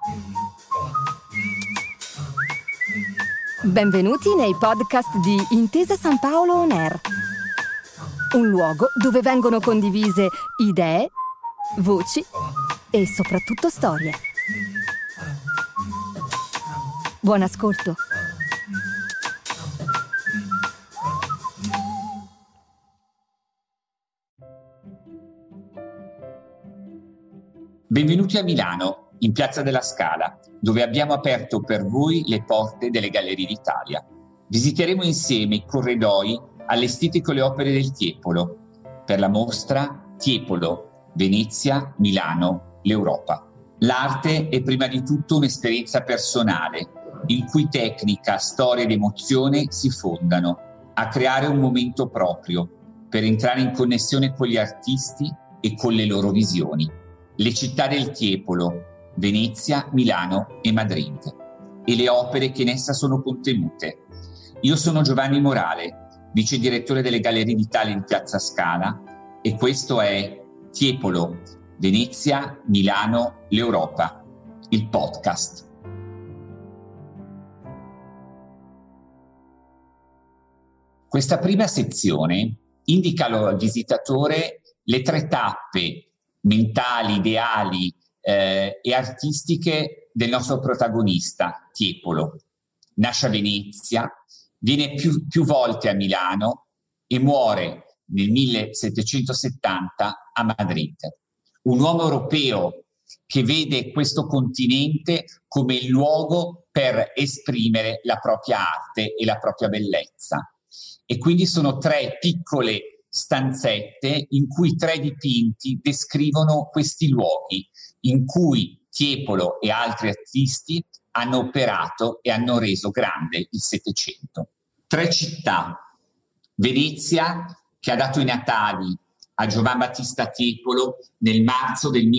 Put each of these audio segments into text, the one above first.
Benvenuti nei podcast di Intesa San Paolo On Air, un luogo dove vengono condivise idee, voci e soprattutto storie. Buon ascolto. Benvenuti a Milano, in Piazza della Scala, dove abbiamo aperto per voi le porte delle Gallerie d'Italia. Visiteremo insieme i corridoi allestiti con le opere del Tiepolo per la mostra Tiepolo, Venezia, Milano, l'Europa. L'arte è prima di tutto un'esperienza personale, in cui tecnica, storia ed emozione si fondano a creare un momento proprio per entrare in connessione con gli artisti e con le loro visioni. Le città del Tiepolo, Venezia, Milano e Madrid, e le opere che in essa sono contenute. Io sono Giovanni Morale, vice direttore delle Gallerie d'Italia in Piazza Scala, e questo è Tiepolo, Venezia, Milano, l'Europa, il podcast. Questa prima sezione indica al visitatore le tre tappe mentali, ideali e artistiche del nostro protagonista, Tiepolo. Nasce a Venezia, viene più volte a Milano e muore nel 1770 a Madrid. Un uomo europeo che vede questo continente come il luogo per esprimere la propria arte e la propria bellezza. E quindi sono tre piccole stanzette in cui tre dipinti descrivono questi luoghi in cui Tiepolo e altri artisti hanno operato e hanno reso grande il Settecento. Tre città: Venezia, che ha dato i natali a Giovan Battista Tiepolo nel marzo del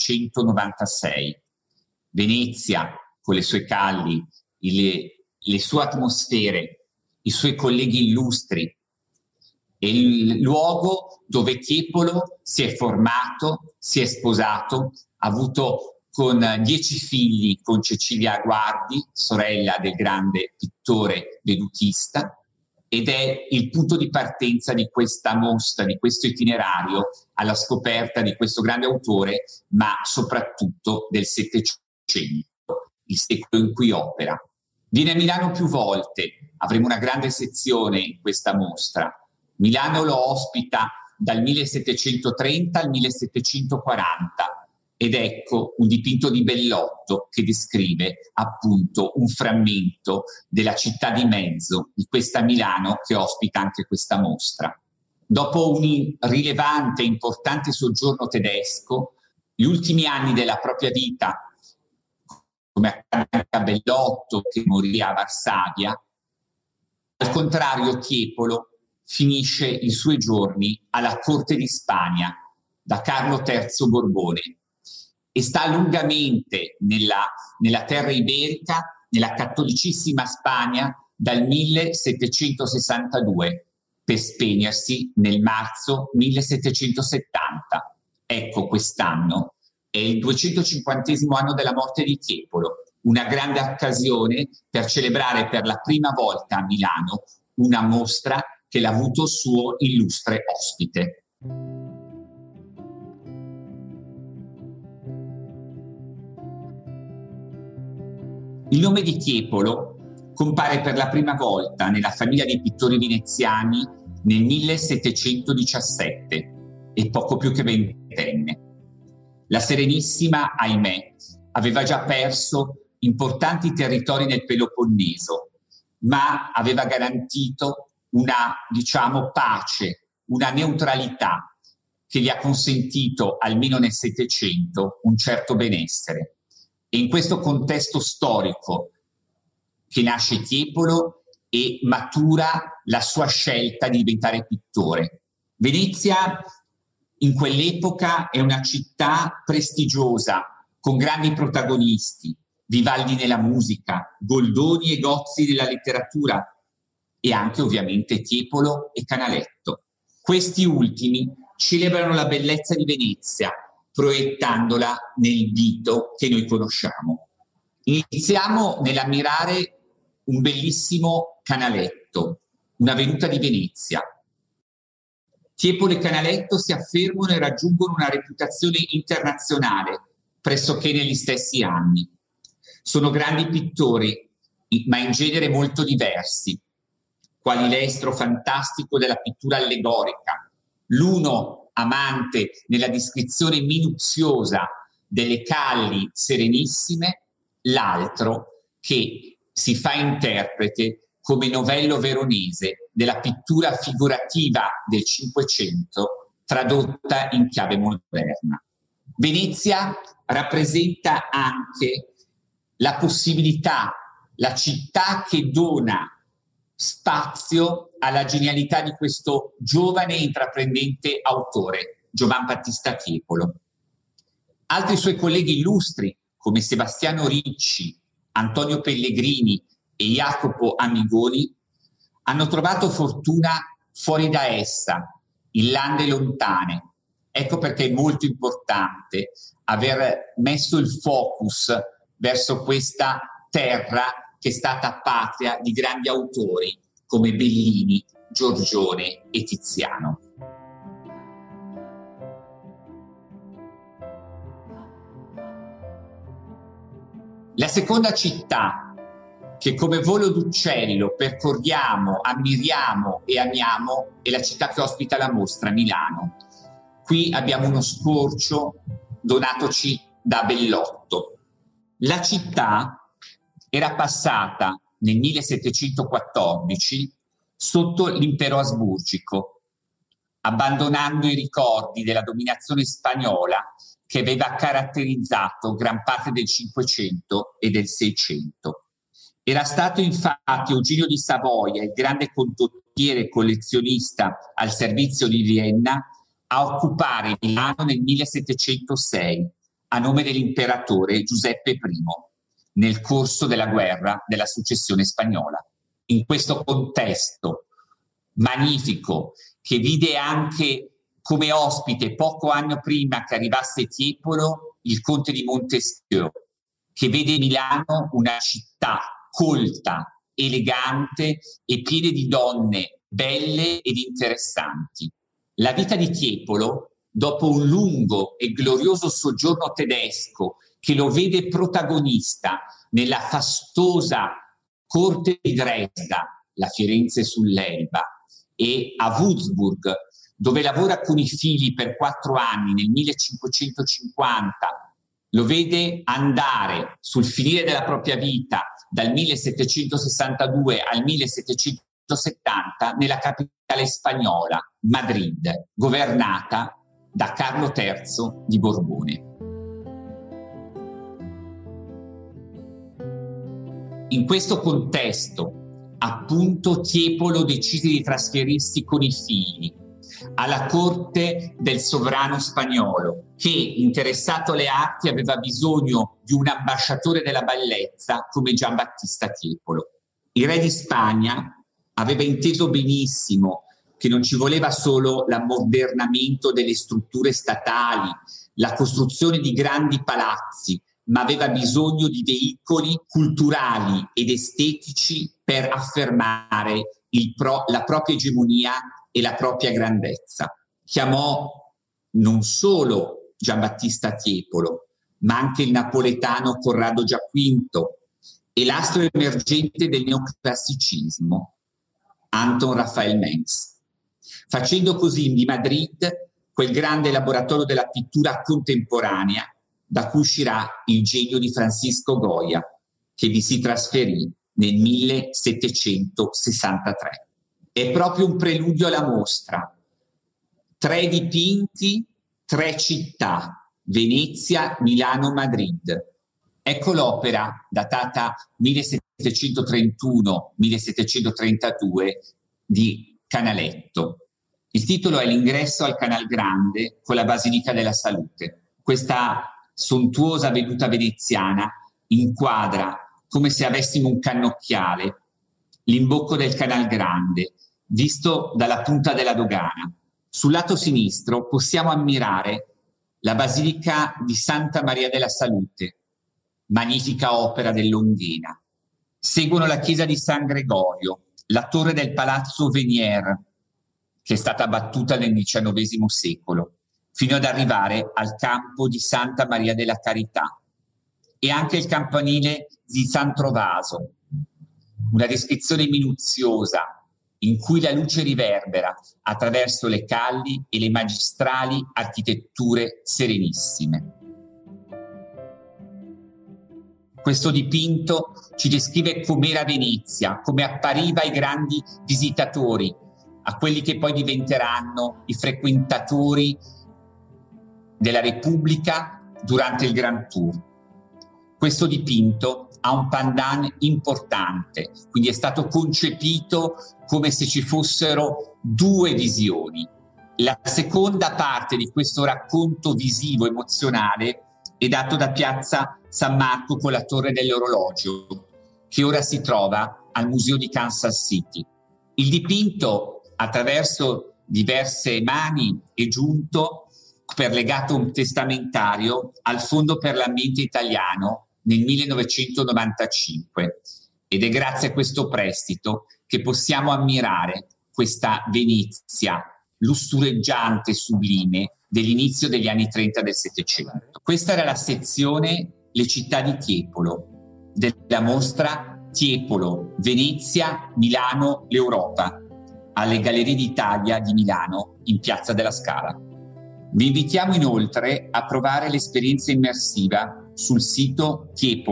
1696. Venezia, con le sue calli, le sue atmosfere, i suoi colleghi illustri, è il luogo dove Tiepolo si è formato, si è sposato, ha avuto con 10 figli con Cecilia Guardi, sorella del grande pittore vedutista, ed è il punto di partenza di questa mostra, di questo itinerario alla scoperta di questo grande autore, ma soprattutto del Settecento, il secolo in cui opera. Viene a Milano più volte, avremo una grande sezione in questa mostra. Milano lo ospita dal 1730 al 1740 ed ecco un dipinto di Bellotto che descrive appunto un frammento della città di mezzo di questa Milano che ospita anche questa mostra. Dopo un rilevante e importante soggiorno tedesco, gli ultimi anni della propria vita, come accade anche a Bellotto che morì a Varsavia, al contrario Tiepolo finisce i suoi giorni alla corte di Spagna da Carlo III Borbone e sta lungamente nella terra iberica, nella cattolicissima Spagna, dal 1762 per spegnersi nel marzo 1770. Ecco, quest'anno è il 250° anno della morte di Tiepolo, una grande occasione per celebrare per la prima volta a Milano una mostra che l'ha avuto suo illustre ospite. Il nome di Tiepolo compare per la prima volta nella famiglia dei pittori veneziani nel 1717 e poco più che ventenne. La Serenissima, ahimè, aveva già perso importanti territori nel Peloponneso, ma aveva garantito una, pace, una neutralità che gli ha consentito, almeno nel Settecento, un certo benessere. E in questo contesto storico che nasce Tiepolo e matura la sua scelta di diventare pittore. Venezia in quell'epoca è una città prestigiosa, con grandi protagonisti, Vivaldi nella musica, Goldoni e Gozzi nella letteratura, e anche ovviamente Tiepolo e Canaletto. Questi ultimi celebrano la bellezza di Venezia, proiettandola nel dito che noi conosciamo. Iniziamo nell'ammirare un bellissimo canaletto, una venuta di Venezia. Tiepolo e Canaletto si affermano e raggiungono una reputazione internazionale pressoché negli stessi anni. Sono grandi pittori, ma in genere molto diversi, quali l'estro fantastico della pittura allegorica, l'uno amante nella descrizione minuziosa delle calli serenissime, l'altro che si fa interprete come novello veronese della pittura figurativa del Cinquecento tradotta in chiave moderna. Venezia rappresenta anche la possibilità, la città che dona spazio alla genialità di questo giovane e intraprendente autore, Giovan Battista Tiepolo. Altri suoi colleghi illustri, come Sebastiano Ricci, Antonio Pellegrini e Jacopo Amigoni, hanno trovato fortuna fuori da essa, in lande lontane. Ecco perché è molto importante aver messo il focus verso questa terra che è stata patria di grandi autori come Bellini, Giorgione e Tiziano. La seconda città che come volo d'uccello percorriamo, ammiriamo e amiamo è la città che ospita la mostra, Milano. Qui abbiamo uno scorcio donatoci da Bellotto. La città era passata nel 1714 sotto l'impero asburgico, abbandonando i ricordi della dominazione spagnola che aveva caratterizzato gran parte del Cinquecento e del Seicento. Era stato infatti Eugenio di Savoia, il grande condottiere e collezionista al servizio di Vienna, a occupare Milano nel 1706 a nome dell'imperatore Giuseppe I nel corso della guerra della successione spagnola. In questo contesto magnifico, che vide anche come ospite poco anno prima che arrivasse Tiepolo il conte di Montesquieu, che vede Milano una città colta, elegante e piena di donne belle ed interessanti. La vita di Tiepolo, dopo un lungo e glorioso soggiorno tedesco che lo vede protagonista nella fastosa corte di Dresda, la Firenze sull'Elba, e a Würzburg, dove lavora con i figli per 4 anni nel 1550, lo vede andare sul finire della propria vita dal 1762 al 1770 nella capitale spagnola, Madrid, governata da Carlo III di Borbone. In questo contesto, appunto, Tiepolo decise di trasferirsi con i figli alla corte del sovrano spagnolo, che, interessato alle arti, aveva bisogno di un ambasciatore della bellezza come Giambattista Tiepolo. Il re di Spagna aveva inteso benissimo che non ci voleva solo l'ammodernamento delle strutture statali, la costruzione di grandi palazzi, ma aveva bisogno di veicoli culturali ed estetici per affermare la propria egemonia e la propria grandezza. Chiamò non solo Giambattista Tiepolo, ma anche il napoletano Corrado Giaquinto e l'astro emergente del neoclassicismo, Anton Raphael Mengs, facendo così di Madrid quel grande laboratorio della pittura contemporanea da cui uscirà il genio di Francisco Goya, che vi si trasferì nel 1763. È proprio un preludio alla mostra. 3 dipinti, 3 città, Venezia, Milano, Madrid. Ecco l'opera datata 1731-1732 di Canaletto. Il titolo è L'ingresso al Canal Grande con la Basilica della Salute. Questa sontuosa veduta veneziana inquadra, come se avessimo un cannocchiale, l'imbocco del Canal Grande, visto dalla punta della dogana. Sul lato sinistro possiamo ammirare la Basilica di Santa Maria della Salute, magnifica opera dell'Ondena. Seguono la chiesa di San Gregorio, la torre del Palazzo Venier, che è stata abbattuta nel XIX secolo, fino ad arrivare al campo di Santa Maria della Carità, e anche il campanile di San Trovaso, una descrizione minuziosa in cui la luce riverbera attraverso le calli e le magistrali architetture serenissime. Questo dipinto ci descrive com'era Venezia, come appariva ai grandi visitatori, a quelli che poi diventeranno i frequentatori della Repubblica durante il Grand Tour. Questo dipinto ha un pandan importante, quindi è stato concepito come se ci fossero due visioni. La seconda parte di questo racconto visivo emozionale è dato da Piazza San Marco con la torre dell'orologio, che ora si trova al Museo di Kansas City. Il dipinto, attraverso diverse mani, è giunto per legato testamentario al Fondo per l'Ambiente Italiano nel 1995, ed è grazie a questo prestito che possiamo ammirare questa Venezia lussureggiante e sublime dell'inizio degli anni 30 del Settecento. Questa era la sezione Le città di Tiepolo della mostra Tiepolo, Venezia, Milano, l'Europa, alle Gallerie d'Italia di Milano in Piazza della Scala. Vi invitiamo inoltre a provare l'esperienza immersiva sul sito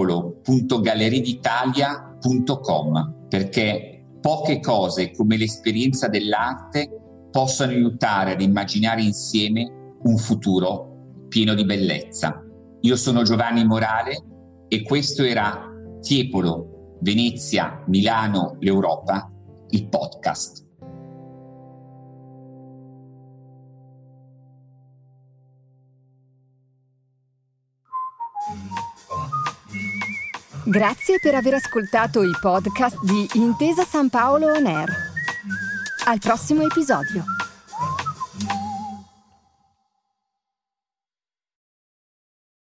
tiepolo.gallerieditalia.com, perché poche cose come l'esperienza dell'arte possono aiutare ad immaginare insieme un futuro pieno di bellezza. Io sono Giovanni Morale e questo era Tiepolo, Venezia, Milano, l'Europa, il podcast. Grazie per aver ascoltato i podcast di Intesa San Paolo On Air. Al prossimo episodio.